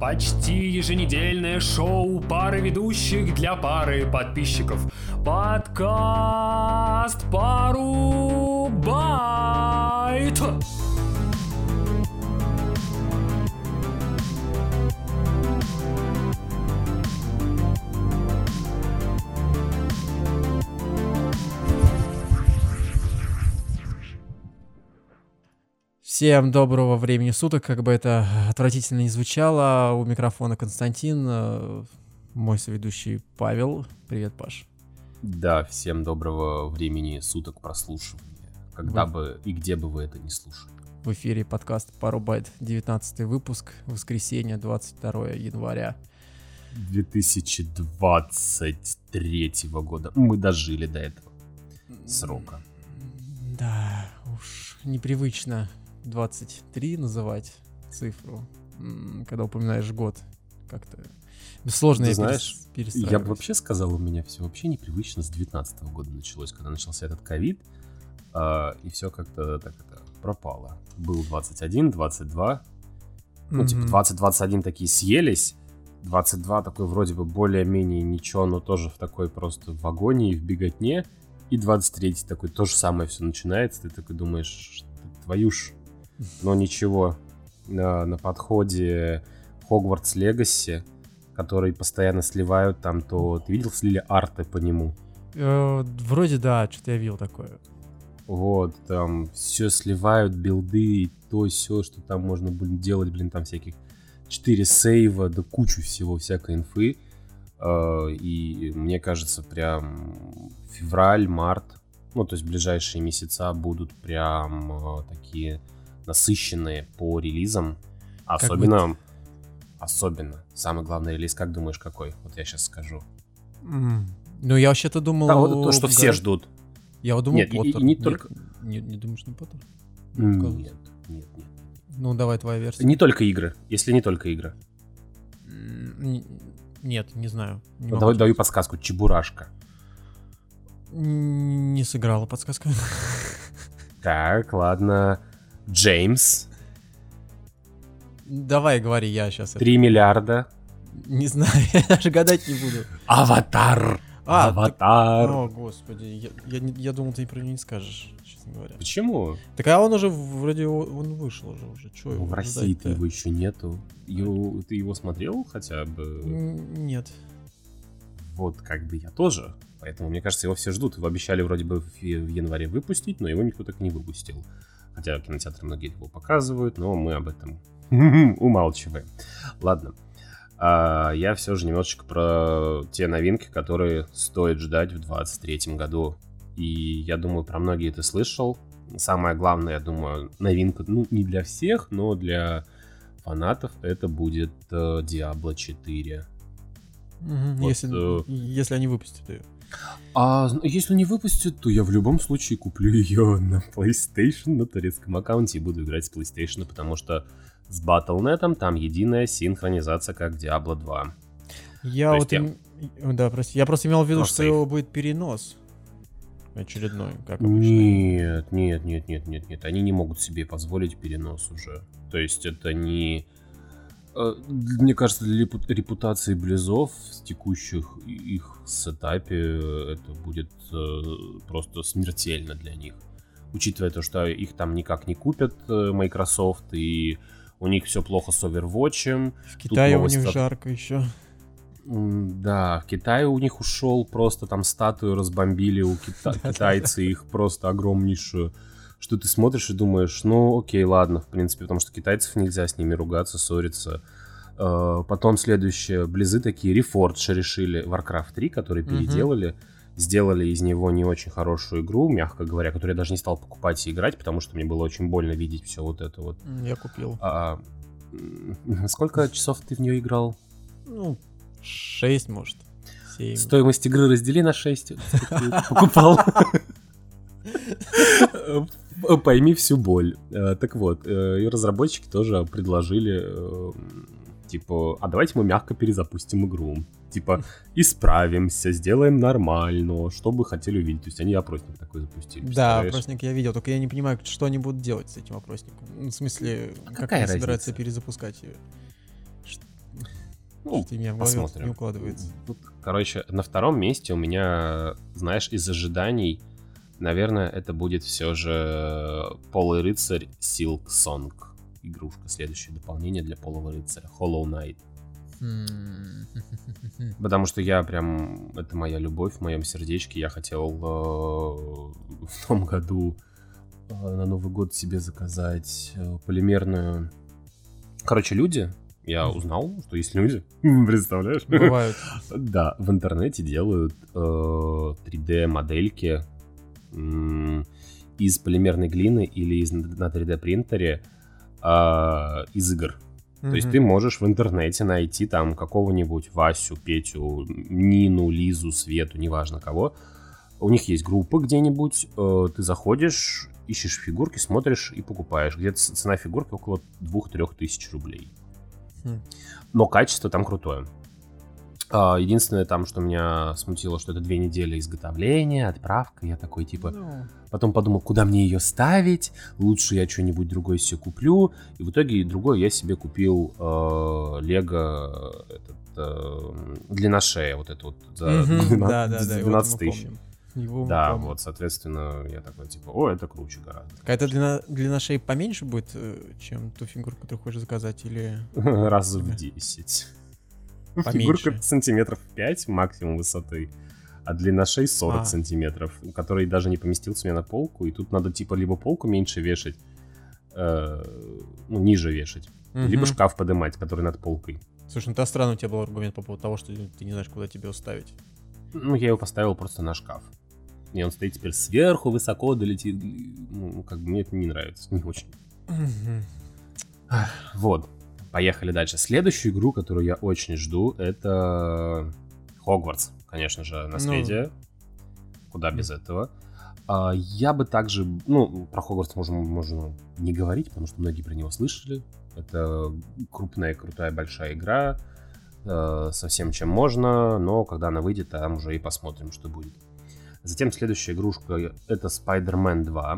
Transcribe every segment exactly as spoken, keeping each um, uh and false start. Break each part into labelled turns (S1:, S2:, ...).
S1: Почти еженедельное шоу пары ведущих для пары подписчиков. Подкаст Парубайт.
S2: Всем доброго времени суток, как бы это отвратительно не звучало. У микрофона Константин, мой соведущий Павел. Привет, Паш.
S3: Да, всем доброго времени суток прослушивания, когда вы... бы и где бы вы это ни слушали.
S2: В эфире подкаст Парубайт, девятнадцатый выпуск, воскресенье, двадцать второе января
S3: две тысячи двадцать третьего года. Мы дожили до этого срока.
S2: Да, уж непривычно двадцать три называть цифру, когда упоминаешь год, как-то сложно.
S3: Ты знаешь, я бы вообще сказал, у меня все вообще непривычно с девятнадцатого года началось, когда начался этот ковид, э, и все как-то так это пропало. Был двадцать один, двадцать два, ну mm-hmm. типа двадцать, двадцать один такие съелись, двадцать два такой вроде бы более-менее ничего, но тоже в такой просто в агонии, в беготне, и двадцать третий такой то же самое все начинается, ты такой думаешь, твою ж, но ничего, на, на подходе Хогвартс Легаси, который постоянно сливают там, то ты видел, слили арты по нему?
S2: Э, вроде да, что-то я видел такое.
S3: Вот, там все сливают, билды, и то, все, что там можно блин, делать, блин, там всяких четыре сейва, да кучу всего, всякой инфы. Э, и мне кажется, прям февраль, март, ну, то есть ближайшие месяца будут прям э, такие насыщенные по релизам. Особенно, особенно, самый главный релиз, как думаешь, какой? Вот я сейчас скажу.
S2: Mm. Ну, я вообще-то думал...
S3: Да, вот то, что все
S2: Гар...
S3: ждут.
S2: Я вот думал,
S3: нет,
S2: Поттер.
S3: И, и не
S2: нет,
S3: только...
S2: Не, не думаешь, не Поттер?
S3: Нет, нет, нет.
S2: Ну, давай твоя версия.
S3: Не только игры, если не только игры.
S2: Mm, нет, не знаю. Не
S3: ну, давай, даю подсказку. Чебурашка.
S2: Не сыграла подсказка.
S3: Так, ладно. Джеймс.
S2: Давай, говори, я сейчас...
S3: Три миллиарда.
S2: Не знаю, я даже гадать не буду.
S3: Аватар.
S2: А,
S3: Аватар.
S2: Ты... О, господи, я, я, я думал, ты про него не скажешь, честно говоря.
S3: Почему?
S2: Так а он уже, вроде, он вышел уже. уже. Чё
S3: ну,
S2: его
S3: в России-то его еще нету. Его, ты его смотрел хотя бы?
S2: Нет.
S3: Вот как бы я тоже. Поэтому, мне кажется, его все ждут. Его обещали вроде бы в январе выпустить, но его никто так и не выпустил. Хотя кинотеатры многие его показывают, но мы об этом умалчиваем. Ладно. А, я все же немножечко про те новинки, которые стоит ждать в двадцать третьем году. И я думаю, про многие ты слышал. Самое главное, я думаю, новинка, ну, не для всех, но для фанатов, это будет uh, Diablo четыре.
S2: Угу, вот, если, э... если они выпустят ее.
S3: А если не выпустят, то я в любом случае куплю ее на PlayStation, на турецком аккаунте и буду играть с PlayStation, потому что с батл точка нет там единая синхронизация, как Diablo два.
S2: Я вот... Им... Я... Да, прости. Я просто имел в виду,
S3: просто
S2: что его будет перенос очередной, как обычно.
S3: Нет, нет, нет, нет, нет, нет. Они не могут себе позволить перенос уже. То есть это не... Мне кажется, для репутации Близов в текущих их сетапе это будет просто смертельно для них. Учитывая то, что их там никак не купят Microsoft, и у них все плохо с Overwatch.
S2: В Китае у них жарко еще.
S3: Да, в Китае у них ушел, просто там статую разбомбили у кита- китайцы, их просто огромнейшую. Что ты смотришь и думаешь, ну окей, ладно, в принципе, потому что китайцев нельзя с ними ругаться, ссориться. Uh, потом следующее, Близы такие, Reforged решили, Warcraft три, который переделали, uh-huh. сделали из него не очень хорошую игру, мягко говоря, которую я даже не стал покупать и играть, потому что мне было очень больно видеть все вот это вот.
S2: Я купил.
S3: Uh, сколько часов ты в нее играл?
S2: Ну, шесть, может, семь.
S3: Стоимость игры раздели на шесть, покупал. Пойми всю боль. Так вот, и разработчики тоже предложили, типа, а давайте мы мягко перезапустим игру. Типа, исправимся, сделаем нормально, что бы хотели увидеть. То есть они опросник такой запустили.
S2: Да, опросник я видел, только я не понимаю, что они будут делать с этим опросником. В смысле, а как они разница? Собираются перезапускать ее?
S3: Ну,
S2: что-то у меня в голове
S3: посмотрим.
S2: не укладывается.
S3: Тут, короче, на втором месте у меня, знаешь, из ожиданий, наверное, это будет все же Полый рыцарь Silk Song. Игрушка, следующее дополнение для Полого рыцаря. Hollow Knight. Потому что я прям... Это моя любовь в моем сердечке. Я хотел э, в том году э, на Новый год себе заказать э, полимерную... Короче, люди... Я узнал, что есть люди. Представляешь?
S2: Бывают.
S3: Да, в интернете делают э, три дэ-модельки э, из полимерной глины или из, на три дэ-принтере э, из игр. Mm-hmm. То есть ты можешь в интернете найти там какого-нибудь Васю, Петю, Нину, Лизу, Свету, неважно кого. У них есть группа где-нибудь, э, ты заходишь, ищешь фигурки, смотришь и покупаешь. Где-то цена фигурки около двух-трех тысяч рублей. Mm. Но качество там крутое. Uh, единственное там, что меня смутило, что это две недели изготовления, отправка. Я такой, типа... No. Потом подумал, куда мне ее ставить? Лучше я что-нибудь другое себе куплю. И в итоге другое я себе купил Лего uh, uh, длинношея. Вот это вот за
S2: mm-hmm.
S3: двенадцать тысяч. Его да, помню. Вот, соответственно, я такой, типа, о, это круче гораздо.
S2: Какая-то длина, длина шеи поменьше будет, чем ту фигурку, которую хочешь заказать, или...
S3: Раз в десять. Фигурка сантиметров пять максимум высоты, а длина шеи сорок а. сантиметров, который даже не поместился у меня на полку, и тут надо, типа, либо полку меньше вешать, э, ну, ниже вешать, угу. либо шкаф поднимать, который над полкой.
S2: Слушай, ну, это странно, у тебя был аргумент по поводу того, что ты не знаешь, куда тебе его ставить.
S3: Ну, я его поставил просто на шкаф. И он стоит теперь сверху, высоко долетит. Ну, как бы мне это не нравится, не очень. Mm-hmm. Вот, поехали дальше. Следующую игру, которую я очень жду, это Хогвартс, конечно же, наследие. Ну... Куда без этого. А, я бы также... Ну, про Хогвартс можно, можно не говорить, потому что многие про него слышали. Это крупная, крутая, большая игра. Э, со всем, чем можно. Но когда она выйдет, там уже и посмотрим, что будет. Затем следующая игрушка — это Spider-Man два.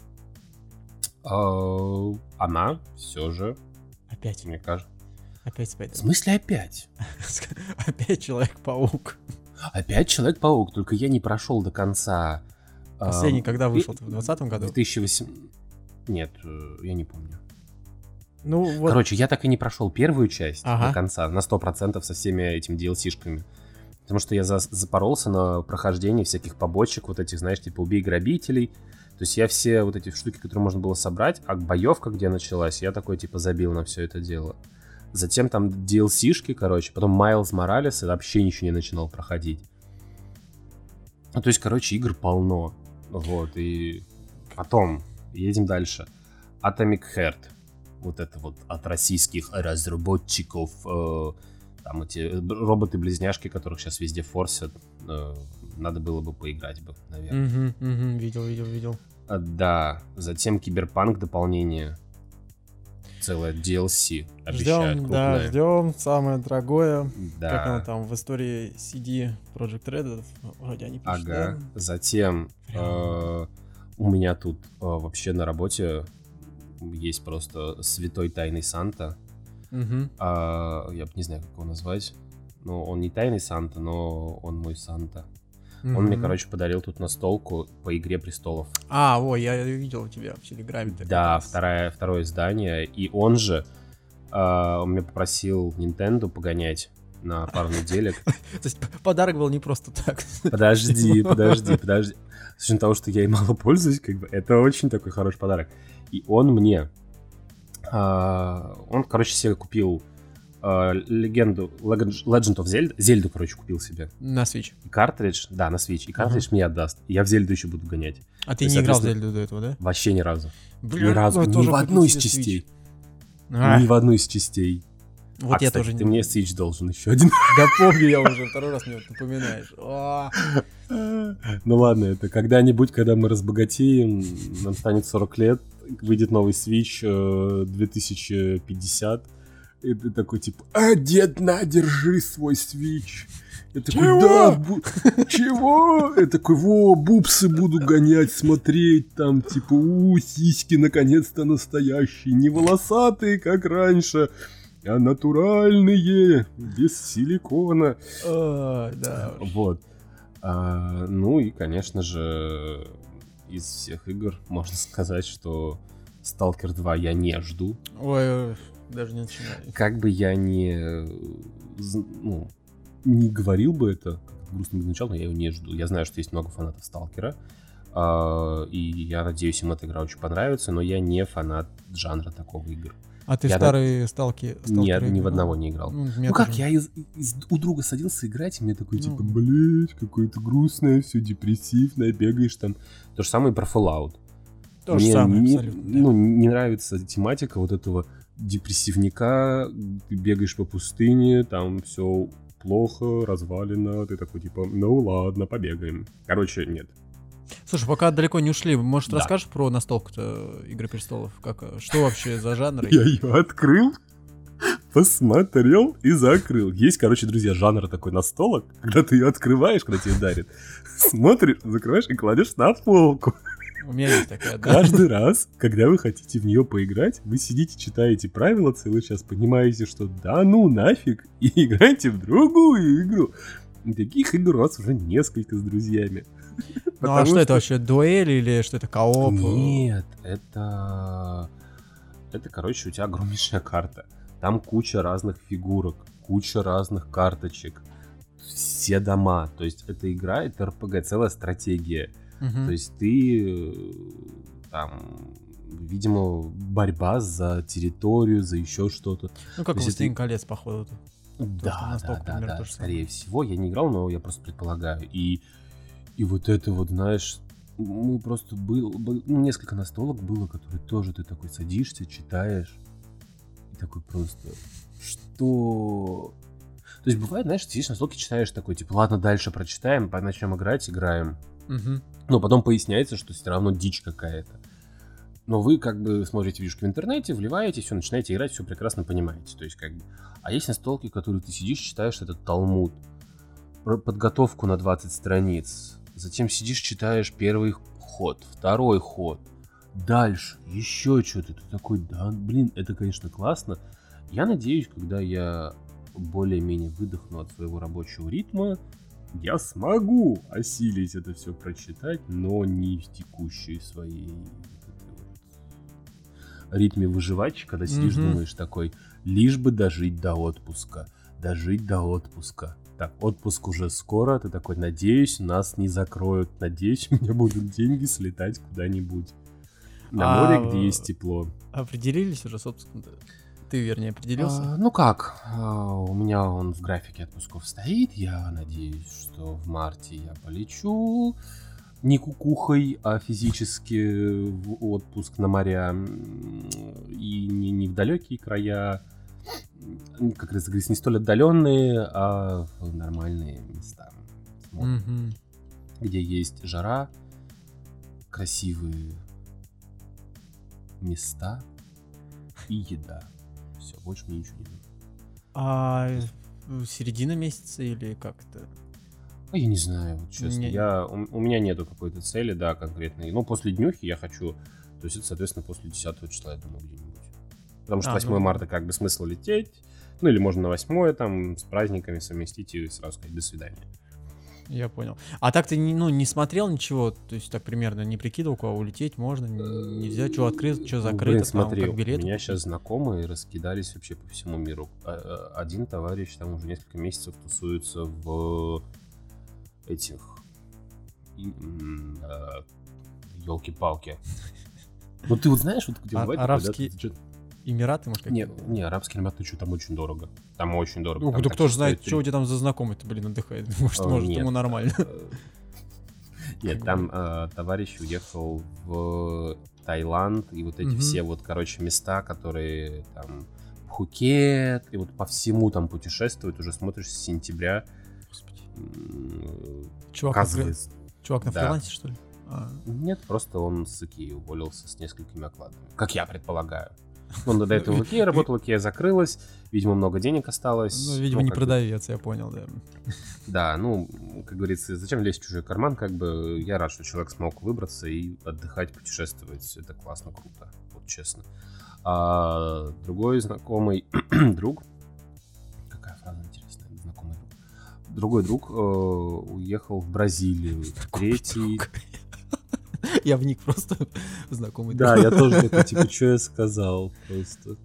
S3: Э, она все же...
S2: Опять?
S3: Мне кажется...
S2: Опять Spider-Man.
S3: В смысле опять?
S2: Опять Человек-паук.
S3: Опять Человек-паук, только я не прошел до конца.
S2: Последний когда вышел? В двадцатом году?
S3: В две тысячи восемнадцатом. Нет, я не помню.
S2: Ну, вот...
S3: Короче, я так и не прошел первую часть
S2: ага.
S3: до конца, на сто процентов со всеми этими ди эл си-шками. Потому что я за- запоролся на прохождении всяких побочек, вот этих, знаешь, типа убей грабителей. То есть я все вот эти штуки, которые можно было собрать, а боевка, где началась, я такой, типа, забил на все это дело. Затем там ди эл си-шки, короче, потом Майлз Моралес, и вообще ничего не начинал проходить. Ну, то есть, короче, игр полно. Вот, и потом едем дальше. Atomic Heart. Вот это вот от российских разработчиков. Э, там эти роботы-близняшки, которых сейчас везде форсят. Э, надо было бы поиграть бы, наверное.
S2: Угу, угу, видел, видел, видел.
S3: А, да, затем Киберпанк дополнение. Целое ди эл си обещают.
S2: Ждем, да, ждем. Самое дорогое.
S3: Да.
S2: Как оно там в истории си ди Projekt Red. Вроде они пишут.
S3: Ага. Да? Затем э, у меня тут э, вообще на работе есть просто святой тайный Санта.
S2: Угу.
S3: А, я не знаю, как его назвать. Ну, он не тайный Санта, но он мой Санта. Mm-hmm. Он мне, короче, подарил тут настолку по Игре Престолов.
S2: А, о, я видел у тебя в Телеграме.
S3: Да, второе, второе издание. И он же, э, он меня попросил Nintendo погонять на пару неделек.
S2: То есть подарок был не просто так.
S3: Подожди, подожди, подожди. С учетом того, что я и мало пользуюсь, как бы, это очень такой хороший подарок. И он мне... Э, он, короче, себе купил... Легенду, Legend of Zelda, Зельду, короче, купил себе.
S2: На Switch.
S3: И картридж, да, на Switch. И картридж uh-huh. мне отдаст. И я в Зельду еще буду гонять.
S2: А ты не играл в Зельду до этого, да?
S3: Вообще ни разу.
S2: Блин,
S3: ни разу.
S2: Ну,
S3: ни в одну из частей. А. Ни в одну из частей.
S2: Вот
S3: а,
S2: я
S3: кстати,
S2: тоже
S3: ты
S2: не...
S3: мне Switch должен еще один.
S2: Да помню я уже, второй раз мне напоминаешь.
S3: Ну ладно, это когда-нибудь, когда мы разбогатеем, нам станет сорок лет, выйдет новый Switch две тысячи пятьдесят. И ты такой, типа, а, дед, на, держи свой Switch. Я такой, чего? Да, бу... чего? Я такой, во, бубсы буду гонять, смотреть, там, типа, у, сиськи наконец-то настоящие, не волосатые, как раньше. а натуральные, без силикона.
S2: Ой, да уж.
S3: Вот. А, ну и, конечно же, из всех игр можно сказать, что Сталкер два я не жду.
S2: Ой, ой, даже не начинай.
S3: Как бы я не, ну, не говорил бы это, как грустно бы звучало, но я его не жду. Я знаю, что есть много фанатов Сталкера, и я надеюсь, им эта игра очень понравится, но я не фанат жанра такого игр.
S2: А ты
S3: я
S2: старые на... сталки,
S3: Нет, ни в одного не играл. Ну, ну как, я из, из, у друга садился играть, и мне такой, типа, ну... блять, какое-то грустное, все депрессивное, бегаешь там. То же самое про Fallout.
S2: То
S3: мне
S2: же самое,
S3: не,
S2: абсолютно.
S3: Ну, да. Не нравится тематика вот этого депрессивника, ты бегаешь по пустыне, там все плохо, развалено, ты такой, типа, ну ладно, побегаем. Короче, нет.
S2: Слушай, пока далеко не ушли, может, да. расскажешь про настолку-то «Игры престолов»? Как, что вообще за жанр?
S3: Я ее открыл, посмотрел и закрыл. Есть, короче, друзья, жанр такой настолок, когда ты ее открываешь, когда тебе дарит, смотришь, закрываешь и кладешь на полку.
S2: У меня есть такая, да.
S3: Каждый раз, когда вы хотите в нее поиграть, вы сидите, читаете правила целый час, понимаете, что да ну нафиг, и играете в другую игру. И таких игр у нас уже несколько с друзьями.
S2: Ну а что, что это вообще, дуэль или что это, кооп?
S3: Нет, это... Это, короче, у тебя огромнейшая карта. Там куча разных фигурок, куча разных карточек, все дома. То есть эта игра, это эр пи джи, целая стратегия. Uh-huh. То есть ты там, видимо, борьба за территорию, за еще что-то.
S2: Ну как «Властелин это... колец», походу.
S3: Да, да, да, да, скорее всего. Я не играл, но я просто предполагаю. И И вот это вот, знаешь, мы просто был, был ну, несколько настолок было, которые тоже ты такой садишься, читаешь, и такой просто, что... То есть бывает, знаешь, сидишь на столке, читаешь такой, типа, ладно, дальше прочитаем, начнем играть, играем.
S2: Угу.
S3: Но потом поясняется, что все равно дичь какая-то. Но вы как бы смотрите видюшки в интернете, вливаете, все, начинаете играть, все прекрасно понимаете. То есть как бы... А есть настолки, которые ты сидишь, читаешь этот Талмуд, подготовку на двадцать страниц. Затем сидишь, читаешь первый ход, второй ход, дальше, еще что-то. Ты такой, да, блин, это, конечно, классно. Я надеюсь, когда я более-менее выдохну от своего рабочего ритма, я смогу осилить это все прочитать, но не в текущей своей вот, ритме выживачки, когда сидишь, mm-hmm. думаешь такой, лишь бы дожить до отпуска, дожить до отпуска. Так, отпуск уже скоро, ты такой, надеюсь, нас не закроют, надеюсь, у меня будут деньги слетать куда-нибудь на а, море, где есть тепло.
S2: Определились уже с отпуском-то? Ты, вернее, определился?
S3: А, ну как, а, у меня он в графике отпусков стоит, я надеюсь, что в марте я полечу не кукухой, а физически в отпуск на моря и не, не в далекие края, как раз говорится, не столь отдаленные, а в нормальные места,
S2: mm-hmm.
S3: где есть жара, красивые места и еда. Все, больше мне ничего не нужно.
S2: А середина месяца или как-то?
S3: А я не знаю, вот честно. Не... Я, у, у меня нету какой-то цели, да, конкретной. Но после днюхи я хочу, то есть это, соответственно, после десятого числа, я думаю, где-нибудь. Потому что а, восьмое ну... марта как бы смысл лететь. Ну или можно на восьмое там с праздниками совместить и сразу сказать до свидания.
S2: Я понял. А так ты ну, не смотрел ничего? То есть так примерно не прикидывал, куда улететь можно? Нельзя? Что открыто, что закрыто?
S3: Блин, смотри,
S2: там, как билет?
S3: У меня сейчас знакомые раскидались вообще по всему миру. Один товарищ там уже несколько месяцев тусуется в этих... Ёлки-палки. Ну ты вот знаешь, вот где бывает...
S2: Арабские... Эмираты, может,
S3: какие-то? Не, не, Арабские Эмираты, что там очень дорого. Там очень дорого.
S2: Ну, там, кто же знает, что у тебя там за знакомый-то, блин, отдыхает. Может, О, может, нет. ему нормально.
S3: Нет, там э, товарищ уехал в Таиланд, и вот эти угу. все вот, короче, места, которые там Пхукет, и вот по всему там путешествует, уже смотришь с сентября.
S2: Господи.
S3: Чувак,
S2: оказывается... на, Чувак на да. фрилансе, что ли?
S3: А. Нет, просто он с Икеи уволился с несколькими окладами. Как я предполагаю. Он до этого в Икее работал, Икея закрылась, видимо, много денег осталось.
S2: Ну, видимо, ну, не продавец, бы... я понял, да.
S3: Да, ну, как говорится, зачем лезть в чужой карман, как бы, я рад, что человек смог выбраться и отдыхать, путешествовать, это классно, круто, вот честно. А другой знакомый друг... Какая фраза интересная? Знакомый друг. Другой друг э, уехал в Бразилию. Третий...
S2: Я вник просто знакомый.
S3: Да, я тоже такой, типа, что я сказал просто.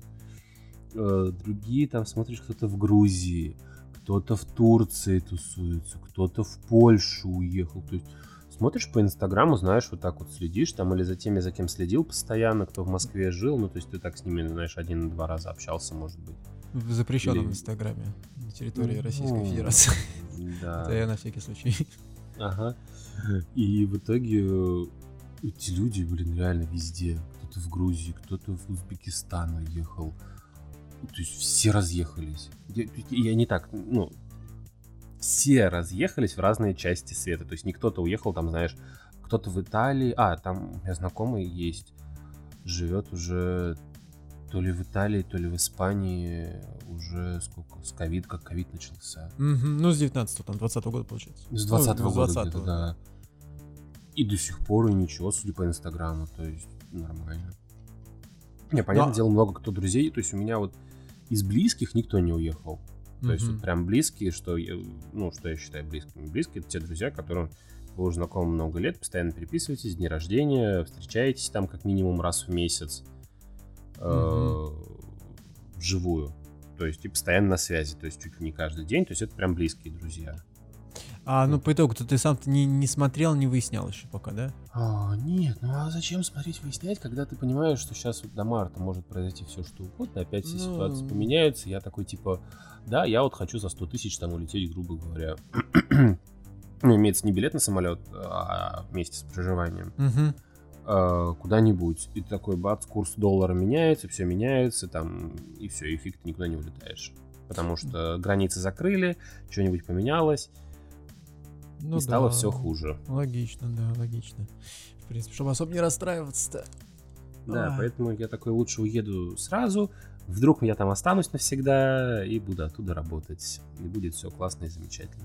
S3: Другие там, смотришь, кто-то в Грузии, кто-то в Турции тусуется, кто-то в Польшу уехал. То есть смотришь по Инстаграму, знаешь, вот так вот следишь там или за теми, за кем следил постоянно, кто в Москве жил. Ну, то есть ты так с ними, знаешь, один-два раза общался, может быть.
S2: В запрещенном
S3: Или...
S2: Инстаграме на территории
S3: Ну,
S2: Российской Федерации.
S3: Да.
S2: Это я на всякий случай.
S3: Ага. И в итоге эти люди, блин, реально везде. Кто-то в Грузии, кто-то в Узбекистан уехал. То есть все разъехались. Я, я не так, ну... Все разъехались в разные части света. То есть не кто-то уехал, там, знаешь, кто-то в Италии. А, там у меня знакомый есть. Живет уже то ли в Италии, то ли в Испании. Уже сколько? С ковид, как ковид начался.
S2: Mm-hmm. Ну, с девятнадцатого, там, двадцатого года, получается.
S3: С двадцатого
S2: ну,
S3: года
S2: двадцатого.
S3: где-то, да. И до сих пор и ничего, судя по Инстаграму. То есть нормально. Не, понятное
S2: Но...
S3: дело, много кто друзей. То есть у меня вот из близких никто не уехал. То mm-hmm. есть вот прям близкие, что я, ну, что я считаю близкими. Близкие — это те друзья, которым вы уже знакомы много лет, постоянно переписываетесь, дни рождения, встречаетесь там как минимум раз в месяц mm-hmm. вживую. То есть и постоянно на связи, то есть чуть ли не каждый день. То есть это прям близкие друзья.
S2: А, ну, по итогу, ты сам не, не смотрел, не выяснял еще пока, да?
S3: А, нет, ну а зачем смотреть, выяснять, когда ты понимаешь, что сейчас вот до марта может произойти все, что угодно, опять все
S2: ну...
S3: ситуации поменяются, я такой, типа, да, я вот хочу за сто тысяч там улететь, грубо говоря. Ну, имеется не билет на самолет, а вместе с проживанием.
S2: Угу.
S3: А, куда-нибудь. И ты такой, бац, курс доллара меняется, все меняется, там, и все, и фиг, ты никуда не улетаешь. Потому что границы закрыли, что-нибудь поменялось. Ну, и стало да. все хуже.
S2: Логично, да, логично. В принципе, чтобы особо не расстраиваться-то.
S3: Да, а. поэтому я такой лучше уеду сразу. Вдруг я там останусь навсегда и буду оттуда работать. И будет все классно и замечательно.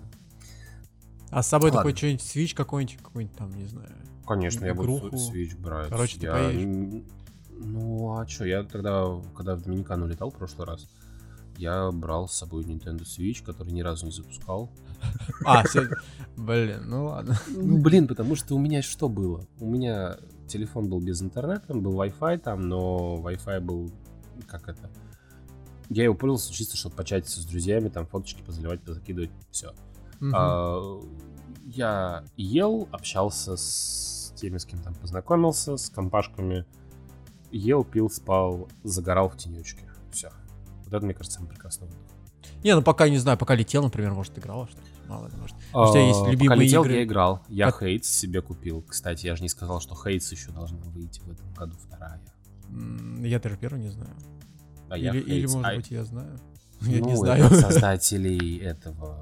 S2: А с собой
S3: Ладно.
S2: такой что-нибудь, Switch какой-нибудь, какой-нибудь там, не знаю.
S3: Конечно,
S2: игруху.
S3: Я буду Switch брать.
S2: Короче,
S3: я...
S2: ты поедешь.
S3: Ну, а что, я тогда, когда в Доминикану летал в прошлый раз, я брал с собой Nintendo Switch, который ни разу не запускал.
S2: А, все, блин, ну ладно.
S3: Ну, блин, потому что у меня что было? У меня телефон был без интернета, был Wi-Fi там, но Wi-Fi был, как это... Я его пользовался чисто, чтобы початиться с друзьями, там фоточки позаливать, позакидывать, все. Угу. А, я ел, общался с теми, с кем там познакомился, с компашками. Ел, пил, спал, загорал в тенечке. Все. Вот это, мне кажется, самый прекрасный отдых.
S2: Не, ну пока не знаю, пока летел, например, может, играл что-то. Мало ли, может.
S3: А,
S2: у тебя есть любимые
S3: пока летел,
S2: игры?
S3: Я играл. Я
S2: как...
S3: Хейтс себе купил. Кстати, я же не сказал, что Хейтс еще должна выйти в этом году, вторая.
S2: Я даже первую не знаю.
S3: А
S2: или,
S3: я
S2: или, может
S3: а...
S2: быть, я знаю.
S3: Ну,
S2: я не знаю.
S3: Создателей этого...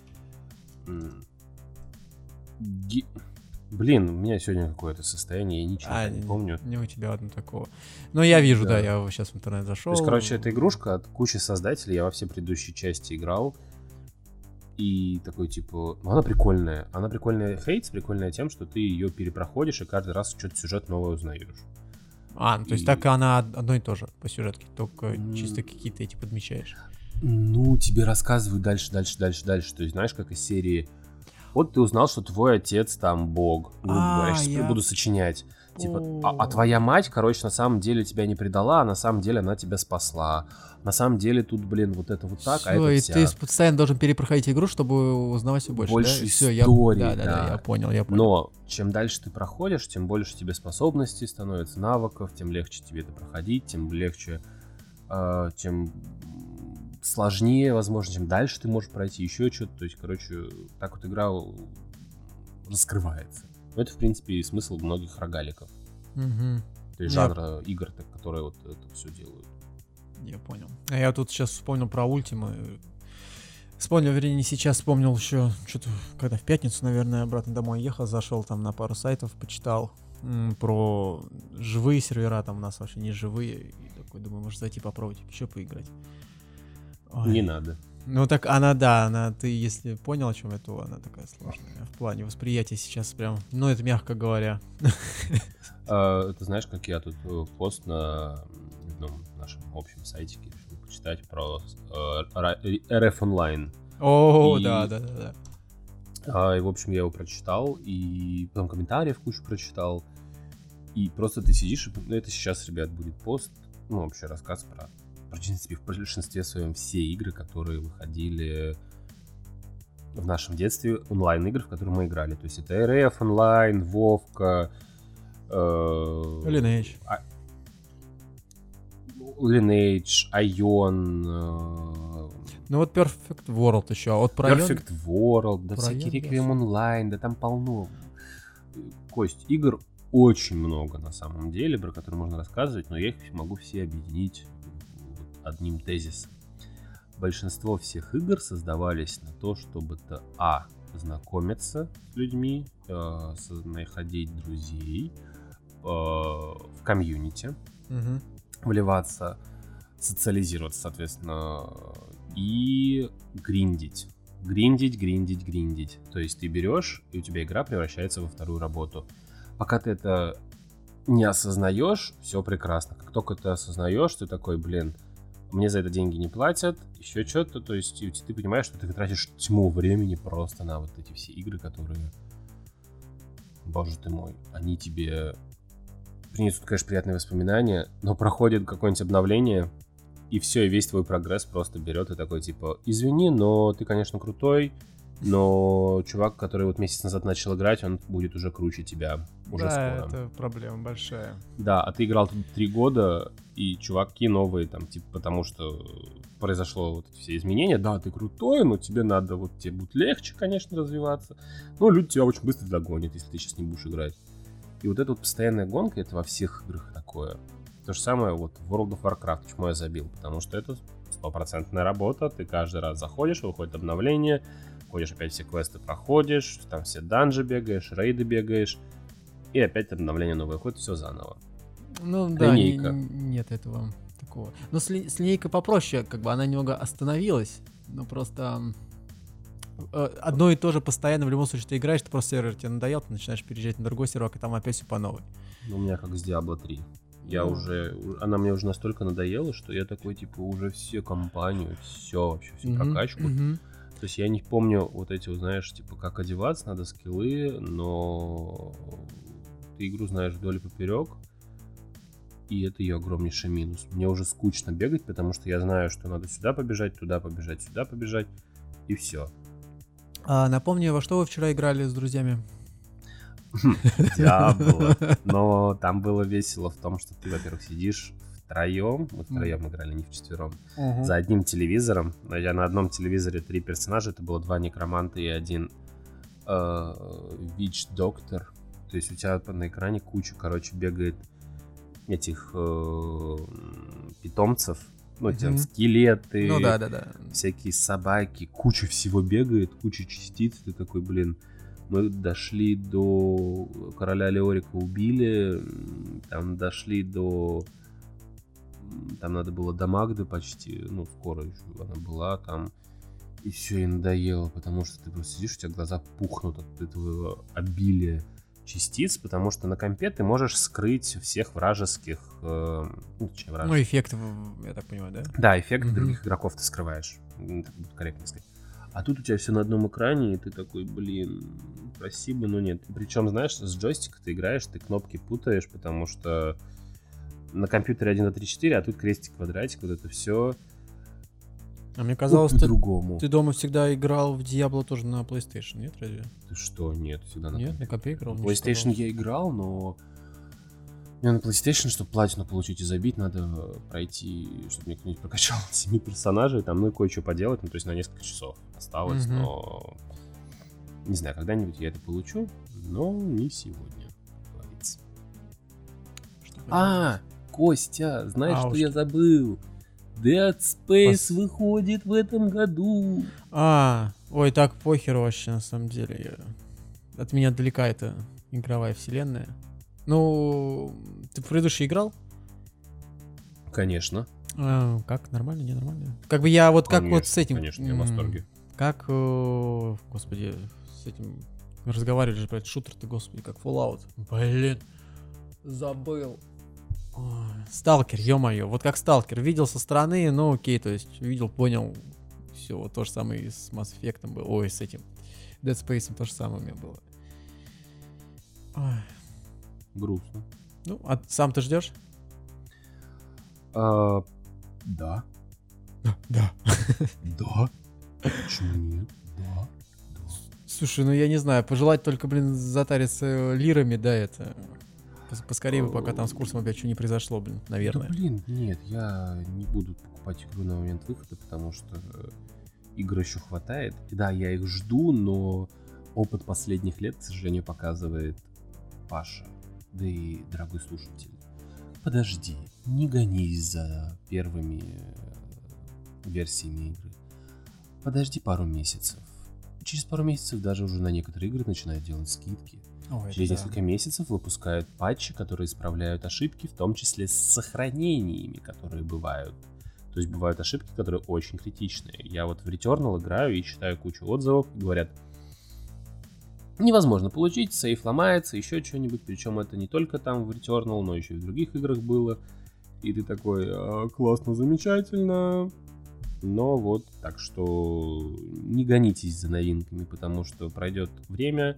S3: Ги... Блин, у меня сегодня какое-то состояние, я ничего а, не помню.
S2: Не у тебя одно такого. Но я вижу, да, да я сейчас в интернет зашел.
S3: То есть, короче, эта игрушка от кучи создателей, я во все предыдущие части играл. И такой, типа, ну она прикольная. Она прикольная, Хейтс, прикольная тем, что ты ее перепроходишь и каждый раз что-то сюжет новое узнаешь.
S2: А, ну, то есть и... так она одно и то же по сюжетке, только mm. чисто какие-то эти подмечаешь.
S3: Ну, тебе рассказывают дальше, дальше, дальше, дальше. То есть, знаешь, как из серии... Вот ты узнал, что твой отец там бог. Грубо говоря, сейчас я... буду сочинять. Типа, а, а твоя мать, короче, на самом деле тебя не предала, а на самом деле она тебя спасла. На самом деле тут, блин, вот это вот так,
S2: всё,
S3: а это
S2: и
S3: вся...
S2: ты постоянно должен перепроходить игру, чтобы узнавать все больше,
S3: больше
S2: да?
S3: истории,
S2: я... да,
S3: да.
S2: да, да, я понял, я понял.
S3: Но чем дальше ты проходишь, тем больше тебе способностей становится, навыков, тем легче тебе это проходить, тем легче, э, тем сложнее, возможно, чем дальше ты можешь пройти еще что-то. То есть, короче, так вот игра раскрывается. Но это, в принципе, и смысл многих рогаликов.
S2: Угу.
S3: То есть жанра я... игр, которые вот это все делают.
S2: Я понял. А я тут сейчас вспомнил про Ультима. Вспомнил, вернее, не сейчас, вспомнил еще, что-то, когда в пятницу, наверное, обратно домой ехал, зашел там на пару сайтов, почитал м, про живые сервера, там у нас вообще не живые. И такой, думаю, может зайти попробовать еще поиграть. Ой.
S3: Не надо.
S2: Ну так она, да, она, ты если понял, о чем я, то она такая сложная. В плане восприятия сейчас прям, ну это мягко говоря.
S3: Ты знаешь, как я тут пост на одном нашем общем сайтике решил почитать про э, эр эф онлайн.
S2: О,
S3: И-
S2: да, да, да, да.
S3: А, и, в общем, я его прочитал, и потом комментариев кучу прочитал. И просто ты сидишь, и, ну, это сейчас, ребят, будет пост, ну, вообще рассказ про, про, в принципе, в большинстве своем все игры, которые выходили в нашем детстве, онлайн-игры, в которые мы играли. То есть это эр эф онлайн, Вовка, э,
S2: Lineage.
S3: а- Lineage, Ion, э,
S2: Ну вот Perfect World еще, а вот про Ion-
S3: Perfect World, да
S2: про
S3: всякие
S2: Ion
S3: Requiem
S2: я
S3: Online, да там полно. Кость, игр очень много на самом деле, про которые можно рассказывать, но я их могу все объединить вот одним тезисом. Большинство всех игр создавались на то, чтобы ты, а, знакомиться с людьми, э, с- находить друзей, э, в комьюнити,
S2: Мгм.
S3: вливаться, социализироваться, соответственно, и гриндить. Гриндить, гриндить, гриндить. То есть ты берешь, и у тебя игра превращается во вторую работу. Пока ты это не осознаешь, все прекрасно. Как только ты осознаешь, ты такой, блин, мне за это деньги не платят, еще что-то, то есть и ты понимаешь, что ты тратишь тьму времени просто на вот эти все игры, которые, боже ты мой, они тебе принесут, конечно, приятные воспоминания, но проходит какое-нибудь обновление, и все, и весь твой прогресс просто берет и такой, типа, извини, но ты, конечно, крутой, но чувак, который вот месяц назад начал играть, он будет уже круче тебя, уже
S2: Да,
S3: скоро.
S2: это проблема большая.
S3: Да, а ты играл тут три года, и чуваки новые, там, типа, потому что произошло вот эти все изменения. Да, ты крутой, но тебе надо, вот тебе будет легче, конечно, развиваться. Но люди тебя очень быстро догонят, если ты сейчас не будешь играть. И вот эта вот постоянная гонка, это во всех играх такое. То же самое вот в World of Warcraft, почему я забил, потому что это стопроцентная работа, ты каждый раз заходишь, выходит обновление, ходишь опять все квесты проходишь, там все данжи бегаешь, рейды бегаешь, и опять обновление новое выходит, все заново.
S2: Ну да, не-
S3: Линейка.
S2: не- нет этого такого. Но с, ли- с линейкой попроще, как бы она немного остановилась, но просто м, э, одно и то же постоянно в любом случае ты играешь, ты просто сервер тебе надоел, ты начинаешь переезжать на другой сервак, и там опять все по новой.
S3: Ну, у меня как с Diablo три. Я
S2: Ну.
S3: уже, у- она мне уже настолько надоела, что я такой, типа, уже все компанию, все вообще, всю
S2: Мгм,
S3: прокачку.
S2: мгм.
S3: То есть я не помню вот эти, вот, знаешь, типа, как одеваться, надо скиллы, но ты игру знаешь вдоль и поперек, и это ее огромнейший минус. Мне уже скучно бегать, потому что я знаю, что надо сюда побежать, туда побежать, сюда побежать, и все.
S2: А, напомни, во что вы вчера играли с друзьями?
S3: Диабло. Но там было весело в том, что ты, во-первых, сидишь втроем, мы втроем играли, не вчетвером, за одним телевизором. Я на одном телевизоре три персонажа, это было два некроманта и один вич-доктор. То есть у тебя на экране куча, короче, бегает этих э, питомцев, ну, там
S2: Мгм.
S3: скелеты,
S2: Ну да, да, да.
S3: всякие собаки, куча всего бегает, куча частиц, ты такой, блин, мы дошли до короля Леорика, убили, м, там дошли до, м, там надо было до Магды почти, ну, скоро еще она была там, и все, и надоело, потому что ты просто сидишь, у тебя глаза пухнут от этого обилия частиц, потому что на компе ты можешь скрыть всех вражеских, э, ну, точнее,
S2: Ну,
S3: вражеских.
S2: эффект, в- я так понимаю, да?
S3: Да, эффект
S2: Мгм.
S3: других игроков ты скрываешь. М, Так будет корректно сказать. А тут у тебя все на одном экране, и ты такой, блин, спасибо, но нет. Причем, знаешь, с джойстика ты играешь, ты кнопки путаешь, потому что на компьютере один, два, три, четыре, а тут крестик, квадратик, вот это все
S2: А мне казалось, ты,
S3: по-другому.
S2: ты дома всегда играл в Diablo тоже на PlayStation, нет, разве?
S3: Ты что, нет, всегда на
S2: Нет, на компе играл?
S3: На
S2: мне
S3: PlayStation
S2: казалось.
S3: я играл, но мне на PlayStation, чтобы платину получить и забить, надо пройти, чтобы мне кто-нибудь прокачал семи персонажей, там, ну и кое-что поделать, ну, то есть на несколько часов осталось,
S2: Мгм.
S3: но не знаю, когда-нибудь я это получу, но не сегодня, как говорится.
S2: Что
S3: А, Костя, знаешь,
S2: А,
S3: что
S2: уж
S3: я
S2: что.
S3: забыл? Dead Space
S2: Пос-
S3: выходит в этом году.
S2: А, ой, так похер вообще, на самом деле. Я- От меня далека эта игровая вселенная. Ну, ты в предыдущий играл?
S3: Конечно.
S2: А, как? Нормально, не нормально? Как бы я вот как вот с
S3: Конечно,
S2: этим...
S3: Конечно, я в
S2: м,
S3: восторге.
S2: Как, э, господи, с этим... Разговаривали же про этот шутер ты, господи, как Fallout. Блин, забыл. Ой, Сталкер, ё-моё, вот как Сталкер. Видел со стороны, ну окей, то есть видел, понял. Все, вот то же самое и с Mass Effect было. Ой, с этим Dead Space то же самое у меня было. Ой.
S3: Грустно.
S2: Ну, а сам ты ждешь?
S3: А, да.
S2: Да.
S3: Да. Почему нет? Да. Да.
S2: Слушай, ну я не знаю, пожелать только, блин, затариться лирами, да, это... Пос- Поскорее бы, пока там с курсом опять что не произошло, блин, наверное.
S3: Да блин, нет, я не буду покупать игру на момент выхода, потому что игр еще хватает. И да, я их жду, но опыт последних лет, к сожалению, показывает Паша, да и дорогой слушатель. Подожди, не гонись за первыми версиями игры. Подожди пару месяцев. Через пару месяцев даже уже на некоторые игры начинают делать скидки.
S2: Ой,
S3: Через
S2: да.
S3: несколько месяцев выпускают патчи, которые исправляют ошибки, в том числе с сохранениями, которые бывают. То есть бывают ошибки, которые очень критичные. Я вот в Returnal играю и читаю кучу отзывов, и говорят, невозможно получить, сейф ломается, еще что-нибудь. Причем это не только там в Returnal, но еще и в других играх было. И ты такой, а, классно, замечательно. Но вот, так что не гонитесь за новинками, потому что пройдет время,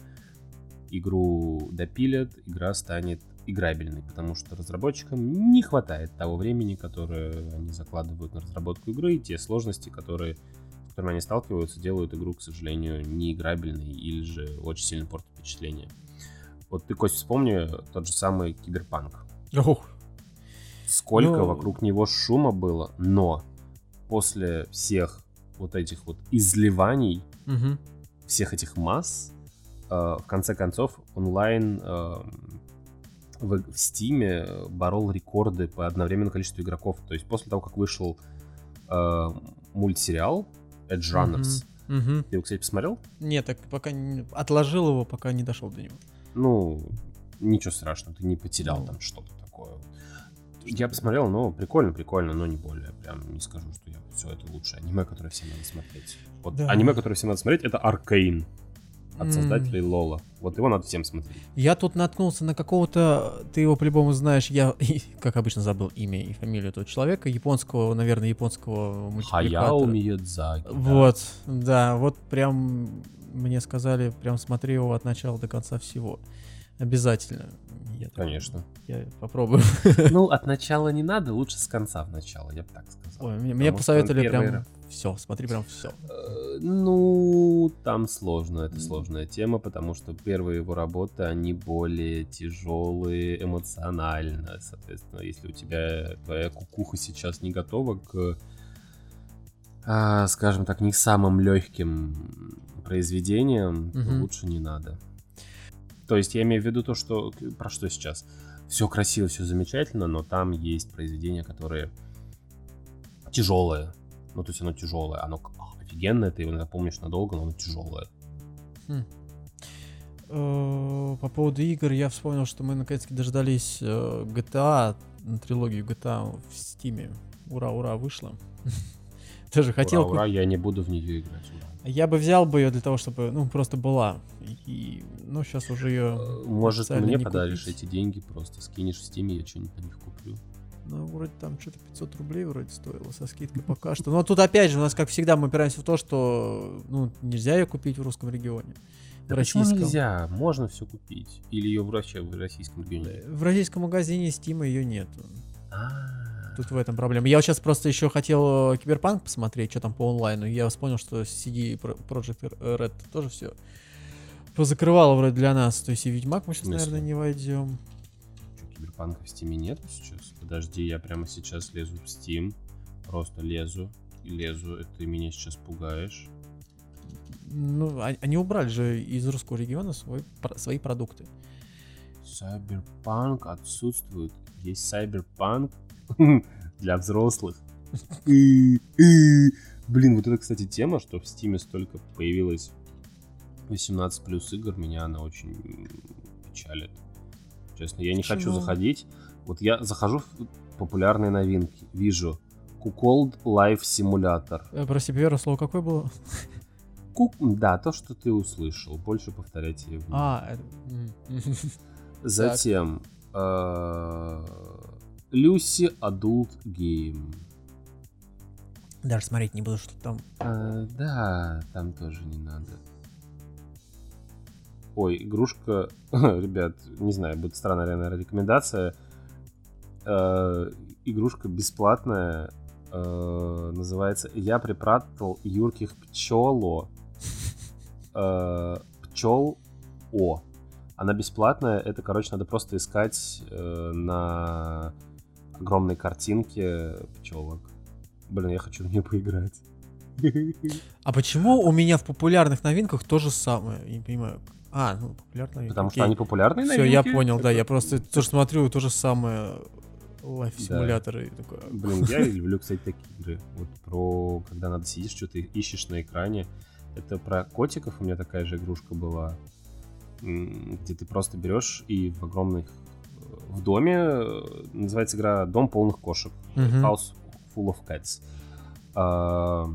S3: игру допилят, игра станет играбельной, потому что разработчикам не хватает того времени, которое они закладывают на разработку игры, и те сложности, которые, с которыми они сталкиваются, делают игру, к сожалению, неиграбельной или же очень сильно портят впечатление. Вот ты, Кость, вспомни тот же самый Киберпанк.
S2: Ох.
S3: Сколько
S2: Ну...
S3: вокруг него шума было, но после всех вот этих вот изливаний,
S2: Угу.
S3: всех этих масс, э, в конце концов онлайн э, в, в Steam борол рекорды по одновременному количеству игроков. То есть после того, как вышел э, мультсериал Edge Runners,
S2: Угу. Угу.
S3: ты его, кстати, посмотрел?
S2: Нет, так пока не... отложил его, пока не дошел до него.
S3: Ну, ничего страшного, ты не потерял
S2: Ну.
S3: там что-то такое. Я посмотрел, но прикольно, прикольно, но не более. Прям не скажу, что я все это лучшее аниме, которое всем надо смотреть. Вот
S2: Да.
S3: аниме, которое всем надо смотреть, это Аркейн от
S2: М.
S3: создателей Лола. Вот его надо всем смотреть.
S2: Я тут наткнулся на какого-то, ты его по-любому знаешь, я, как обычно, забыл имя и фамилию этого человека, японского, наверное, японского мультипликатора.
S3: Хаяо Миядзаки. да.
S2: Вот, да, вот прям мне сказали, прям смотри его от начала до конца всего. Обязательно. Я так-
S3: Конечно.
S2: Я попробую.
S3: Ну, от начала не надо, лучше с конца в начало, я бы так сказал.
S2: Ой, мне, мне
S3: Потому что
S2: посоветовали
S3: первый
S2: прям
S3: раз-
S2: все, смотри прям все.
S3: Э, Ну, там сложно, это сложная тема, потому что первые его работы, они более тяжелые эмоционально. Соответственно, если у тебя твоя кукуха сейчас не готова к, а, скажем так, не самым легким произведениям, то
S2: Мгм.
S3: лучше не надо. То есть я имею в виду то, что... Про что сейчас? Все красиво, все замечательно, но там есть произведения, которые тяжелые. Ну, то есть оно тяжелое, оно ах, офигенное, ты его запомнишь надолго, но оно тяжелое.
S2: Хм. Э, По поводу игр я вспомнил, что мы наконец-таки дождались э, джи ти эй, м, трилогию джи ти эй в Стиме. Ура, ура, вышла. Тоже хотел
S3: Ура, ура, я не буду в нее играть. Ура.
S2: Я бы взял бы ее для того, чтобы, ну, просто была. И, ну, сейчас уже ее...
S3: Э, Может,
S2: официально
S3: мне
S2: не
S3: подаришь
S2: купить.
S3: эти деньги, просто скинешь в Стиме, я что-нибудь на них куплю.
S2: Ну, вроде там что-то пятьсот рублей вроде стоило со скидкой пока что. Но тут опять же у нас, как всегда, мы упираемся в то, что, ну, нельзя ее купить в русском регионе. В
S3: Да почему
S2: российском.
S3: нельзя? Можно все купить. Или ее вообще в российском регионе.
S2: В российском магазине Steam ее нет.
S3: А,
S2: Тут в этом проблема. Я вот сейчас просто еще хотел э, Киберпанк посмотреть, что там по онлайну. И я вспомнил, что си ди Projekt Red тоже все позакрывало вроде для нас. То есть и Ведьмак мы сейчас,
S3: В смысле?
S2: наверное, не войдем.
S3: что, Киберпанка в Стиме нету сейчас? Подожди, я прямо сейчас лезу в Steam. Просто лезу и лезу. И ты меня сейчас пугаешь.
S2: Ну, а- они убрали же из русского региона свой, про- свои продукты.
S3: Cyberpunk отсутствует. Есть Cyberpunk для взрослых. И- и- Блин, вот это, кстати, тема, что в Стиме столько появилось восемнадцать плюс игр, меня она очень печалит. Честно, я не хочу
S2: Почему?
S3: заходить. Вот я захожу в популярные новинки, вижу Cuckold Life Simulator.
S2: Э, Прости, первое слово какое было?
S3: Кук... Да, то, что ты услышал. Больше повторять я его не
S2: А, это... м.
S3: Затем э, Lucy Adult Game.
S2: Даже смотреть не буду, что там.
S3: А, да, там тоже не надо. Ой, игрушка... Ребят, не знаю, будет странная, наверное, рекомендация. Э, игрушка бесплатная. Э, называется «Я припрятал юрких пчело». Э, пчел О. Она бесплатная. Это, короче, надо просто искать э, на огромной картинке пчелок. Блин, я хочу в нее поиграть.
S2: А почему у меня в популярных новинках то же самое? Я не понимаю. А, ну, популярные.
S3: Потому
S2: окей.
S3: что они популярные
S2: Все,
S3: новинки?
S2: я понял, да.
S3: Это-
S2: Я просто тоже смотрю то же самое лайф-симуляторы. и такой,
S3: Блин, я люблю, кстати, такие игры. Вот про, когда надо сидишь, что-то ищешь на экране. Это про котиков, у меня такая же игрушка была, м, где ты просто берешь и в огромных... В доме, э, называется игра «Дом полных кошек».
S2: Мгм.
S3: House full of cats. А,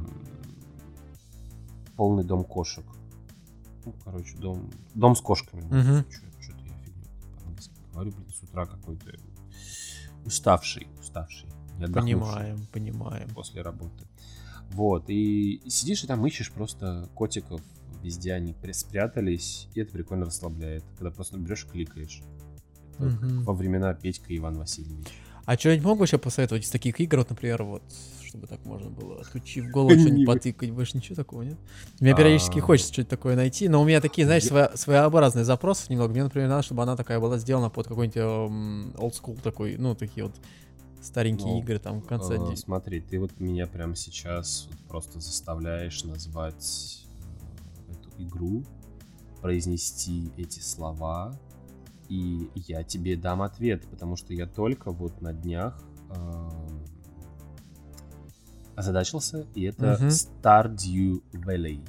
S3: полный дом кошек. Ну, короче, дом, дом с кошками.
S2: Мгм.
S3: Что-то я фигню по-английски говорю, блин, с утра какой-то уставший, уставший, не отдохнувший
S2: Понимаем, понимаем.
S3: после работы. Вот, и сидишь и там ищешь просто котиков, везде они при- спрятались, и это прикольно расслабляет, когда просто берешь и кликаешь. Это
S2: Мгм.
S3: как во времена Петька и Иван Васильевич.
S2: А что-нибудь могу еще посоветовать из таких игр, вот, например, вот, чтобы так можно было, отключив голову,
S3: Не
S2: что-нибудь
S3: вы-
S2: потыкать, больше ничего такого, нет? Мне периодически
S3: А.
S2: хочется что-то такое найти, но у меня такие, знаешь,
S3: Я-
S2: своя- своеобразные запросы немного. Мне, например, надо, чтобы она такая была сделана под какой-нибудь эм, old school такой, ну, такие вот старенькие
S3: Ну,
S2: игры, там, в конце...
S3: Э,
S2: де-
S3: Смотри, ты вот меня прямо сейчас вот просто заставляешь назвать э, эту игру, произнести эти слова, и я тебе дам ответ, потому что я только вот на днях э, озадачился, и это
S2: Мгм.
S3: Stardew Valley.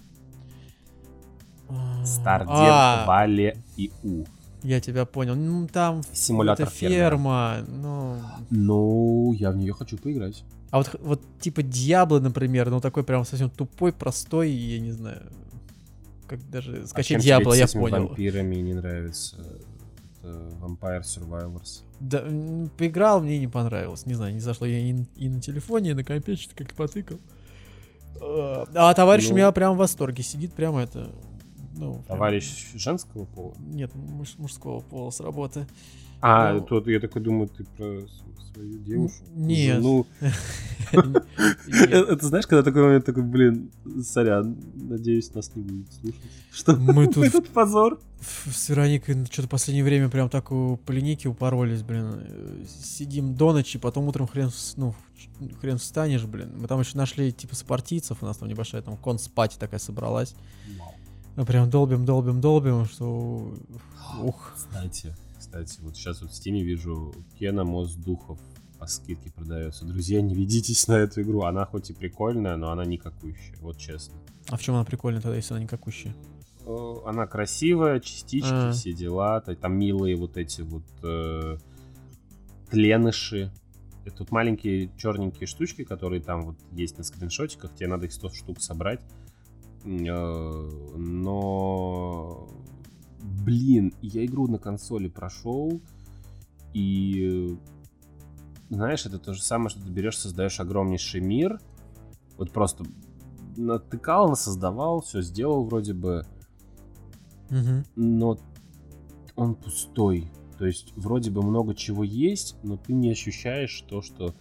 S3: Stardew
S2: А,
S3: Valley и У.
S2: я тебя понял. Ну, там
S3: Симулятор
S2: это
S3: фермера.
S2: ферма, ну...
S3: Ну, я в нее хочу поиграть.
S2: А вот, вот типа Диабло, например, ну такой прям совсем тупой, простой, я не знаю, как даже
S3: А чем
S2: скачать
S3: тебе
S2: Диабло,
S3: с
S2: я
S3: этими
S2: понял.
S3: вампирами не нравится? Это Vampire Survivors.
S2: Да, м, поиграл, мне не понравилось, не знаю, не зашло. Я и, и на телефоне, и на компе что-то как потыкал. А а товарищ
S3: Ну.
S2: у меня прям в восторге сидит, прямо это, ну... прям-
S3: Товарищ женского пола?
S2: Нет, муж- мужского пола с работы.
S3: А,
S2: Ну.
S3: тут я такой думаю, ты про с- свою девушку?
S2: Нет.
S3: Ну,
S2: Нет.
S3: это знаешь, когда такой момент, такой, блин, сорян, надеюсь, нас не будет слушать. Что?
S2: Мы тут-
S3: Этот позор.
S2: С Вероникой что-то в последнее время прям так у- по линейке упоролись, блин. Э, Сидим до ночи, потом утром хрен, вс- ну, ч- хрен встанешь, блин. Мы там еще нашли типа сопартийцев, у нас там небольшая там конспати такая собралась. Мы прям долбим, долбим, долбим, что... Ух.
S3: Кстати, кстати, вот сейчас вот в Стиме вижу Кена Мост Духов по скидке продается. Друзья, не ведитесь на эту игру. Она хоть и прикольная, но она никакущая, вот честно.
S2: А в чем она прикольная тогда, если она никакущая?
S3: Э, Она красивая, частички,
S2: А.
S3: все дела. та- Там милые вот эти вот э, тленыши. Это вот маленькие черненькие штучки, которые там вот есть на скриншотиках. Тебе надо их сто штук собрать. Э, Но... Блин, я игру на консоли прошел. И... Знаешь, это то же самое, что ты берешь, создаешь огромнейший мир. Вот просто натыкал, насоздавал, все сделал вроде бы.
S2: Угу.
S3: Но он пустой. То есть вроде бы много чего есть, но ты не ощущаешь то, что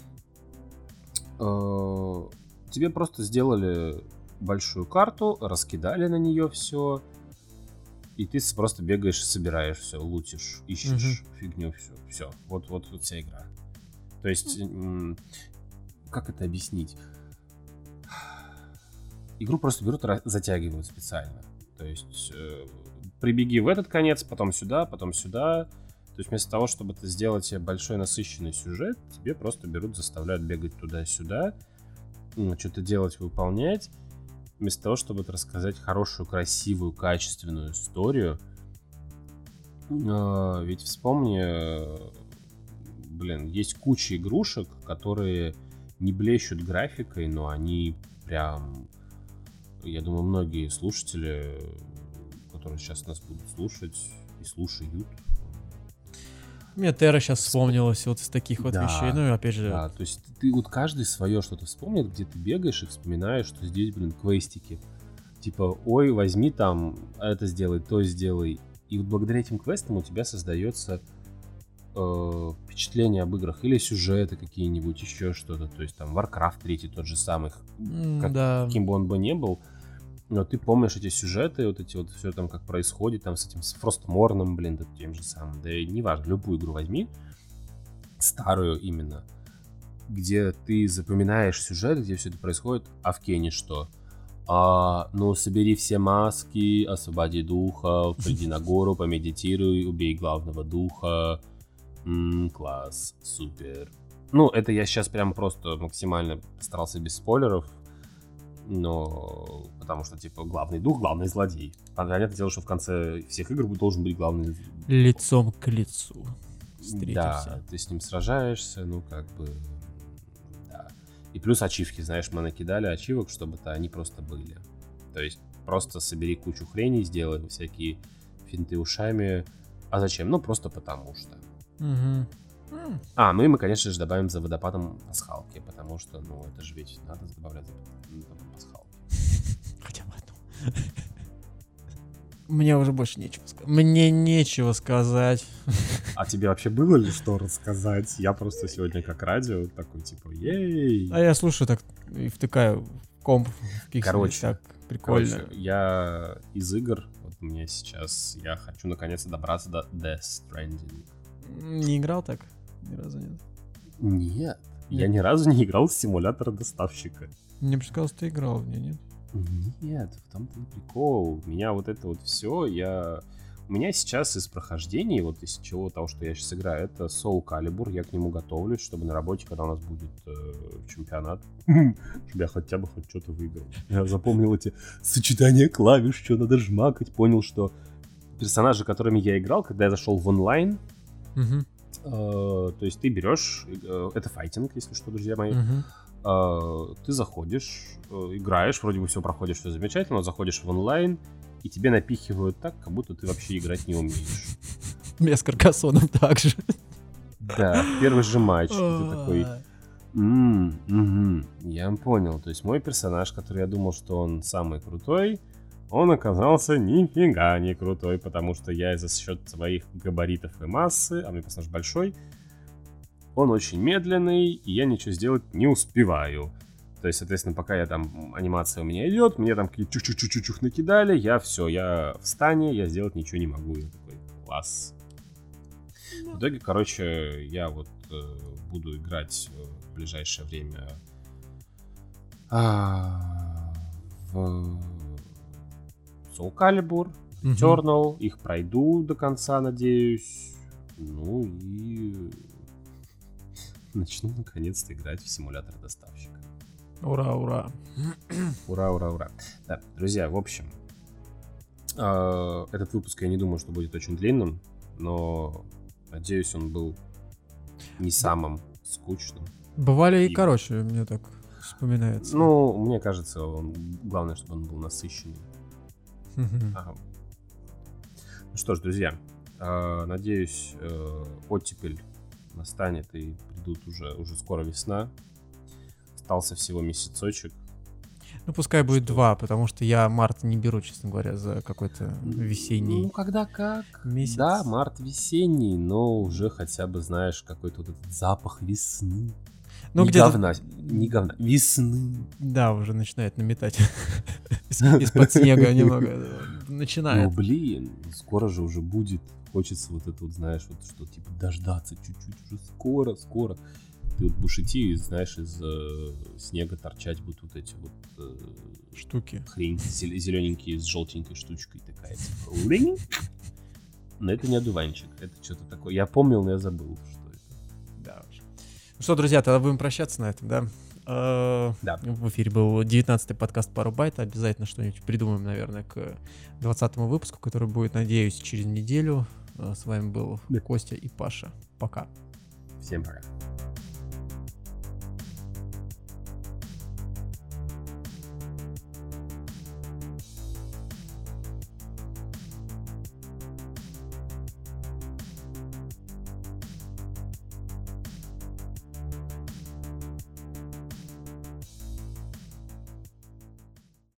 S3: э, тебе просто сделали большую карту, раскидали на нее все, и ты с- просто бегаешь и собираешь все, лутишь, ищешь фигню, все, все. Вот, вот, вот вся игра. То есть, м, как это объяснить? Игру просто берут, ра- затягивают специально. То есть э, прибеги в этот конец, потом сюда, потом сюда. То есть вместо того, чтобы это сделать себе большой насыщенный сюжет, тебе просто берут, заставляют бегать туда-сюда, м, что-то делать, выполнять. Вместо того, чтобы это рассказать хорошую, красивую, качественную историю. Э, ведь вспомни, э, блин, есть куча игрушек, которые не блещут графикой, но они прям... Я думаю, многие слушатели, которые сейчас нас будут слушать и слушают,
S2: Мне Терра сейчас вспомнилась вот из таких вот
S3: Да,
S2: вещей. Ну и опять же...
S3: Да, то есть ты вот каждый свое что-то вспомнит, где ты бегаешь и вспоминаешь, что здесь, блин, квестики. Типа, ой, возьми там, это сделай, то сделай. И вот благодаря этим квестам у тебя создается э, впечатление об играх. Или сюжеты какие-нибудь, еще что-то. То есть там Warcraft три тот же самый. Как,
S2: да.
S3: Каким бы он бы ни был. Но ты помнишь эти сюжеты, вот эти вот все там, как происходит, там с этим, с Фростморном, блин, да, тем же самым. Да и неважно, любую игру возьми, старую именно, где ты запоминаешь сюжет, где все это происходит, а в Кене что? А, ну, собери все маски, освободи духа, приди на гору, помедитируй, убей главного духа. М-м, класс, супер. Ну, это я сейчас прям просто максимально старался без спойлеров, но потому что, типа, главный дух, главный злодей. Понятное дело, что в конце всех игр должен быть главный...
S2: Лицом к лицу встретимся.
S3: Да, ты с ним сражаешься, ну, как бы... Да. И плюс ачивки, знаешь, мы накидали ачивок, чтобы-то они просто были. То есть просто собери кучу хреней, сделай всякие финты ушами. А зачем? Ну, просто потому что.
S2: Угу.
S3: А, ну и мы, конечно же, добавим за водопадом пасхалки, потому что, ну, это же ведь надо добавлять за водопадом пасхалки.
S2: Хотя бы одну. Мне уже больше нечего сказать. Мне нечего сказать.
S3: А тебе вообще было ли что рассказать? Я просто сегодня как радио такой, типа, ей.
S2: А я слушаю так и втыкаю в комп, в пиксели.
S3: Короче,
S2: так прикольно.
S3: Короче, я из игр, вот у меня сейчас, я хочу наконец-то добраться до Death Stranding.
S2: Не играл так? Ни разу нет.
S3: Нет, я
S2: Нет.
S3: ни разу не играл в симулятор доставщика.
S2: Мне бы сказал, что ты играл в нее, нет?
S3: Нет, в том-то и прикол. У меня вот это вот все, я... У меня сейчас из прохождений, вот из чего того, что я сейчас играю, это Soul Calibur, я к нему готовлюсь, чтобы на работе, когда у нас будет э, чемпионат, чтобы я хотя бы хоть что-то выиграл. Я запомнил эти сочетания клавиш, что надо жмакать, понял, что персонажи, которыми я играл, когда я зашел в онлайн,
S2: Угу.
S3: э, то есть ты берешь, э, это файтинг, если что, друзья мои,
S2: Угу.
S3: Uh, ты заходишь, uh, играешь, вроде бы все проходишь, все замечательно, заходишь в онлайн, и тебе напихивают так, как будто ты вообще играть не умеешь.
S2: Без Каркасоном также.
S3: Да, первый же матч, ты такой... «М, мгм, я понял, то есть мой персонаж, который я думал, что он самый крутой, он оказался нифига не крутой, потому что я за счет своих габаритов и массы, а мой персонаж большой, он очень медленный, и я ничего сделать не успеваю. То есть, соответственно, пока я там, анимация у меня идет, мне там чух-чух-чух-чух накидали, я все, я в стане, я сделать ничего не могу. Я такой, класс. В итоге, короче, я вот э, буду играть в ближайшее время а, в Soul Calibur,
S2: Мгм.
S3: Eternal, их пройду до конца, надеюсь. Ну и начну наконец-то играть в симулятор доставщика.
S2: Ура, ура.
S3: Ура, ура, ура. Да, друзья, в общем, э, этот выпуск я не думаю, что будет очень длинным, но надеюсь, он был не самым скучным.
S2: Бывали и
S3: И-
S2: короче, мне так вспоминается.
S3: Ну, мне кажется, он, главное, чтобы он был насыщенный.
S2: Мгм.
S3: Ага. Ну что ж, друзья, э, надеюсь, э, оттепель настанет и придут уже, уже скоро весна. Остался всего месяцочек.
S2: Ну, пускай будет
S3: Что?
S2: два, потому что я март не беру, честно говоря, за какой-то весенний
S3: Ну, когда как.
S2: месяц.
S3: Да, март весенний, но уже хотя бы, знаешь, какой-то вот этот запах весны.
S2: Ну,
S3: не
S2: где-то...
S3: говна, не говна, весны.
S2: Да, уже начинает наметать Из- из-под снега немного.
S3: Ну,
S2: Начинает.
S3: блин, скоро же уже будет. Хочется вот это вот, знаешь, вот что, типа, дождаться чуть-чуть уже скоро, скоро. Ты вот будешь идти, и, знаешь, из э, снега торчать будут вот эти вот э,
S2: Штуки.
S3: хрень зел- зелененькие с желтенькой штучкой такая, типа, «Линь». Но это не одуванчик, это что-то такое. Я помнил, но я забыл, что это.
S2: Да уж. Ну что, друзья, тогда будем прощаться на этом, да? Э,
S3: Да.
S2: В эфире был девятнадцатый подкаст «Пару байт». Обязательно что-нибудь придумаем, наверное, к двадцатому выпуску, который будет, надеюсь, через неделю. Э, С вами был
S3: Да.
S2: Костя и Паша. Пока.
S3: Всем пока.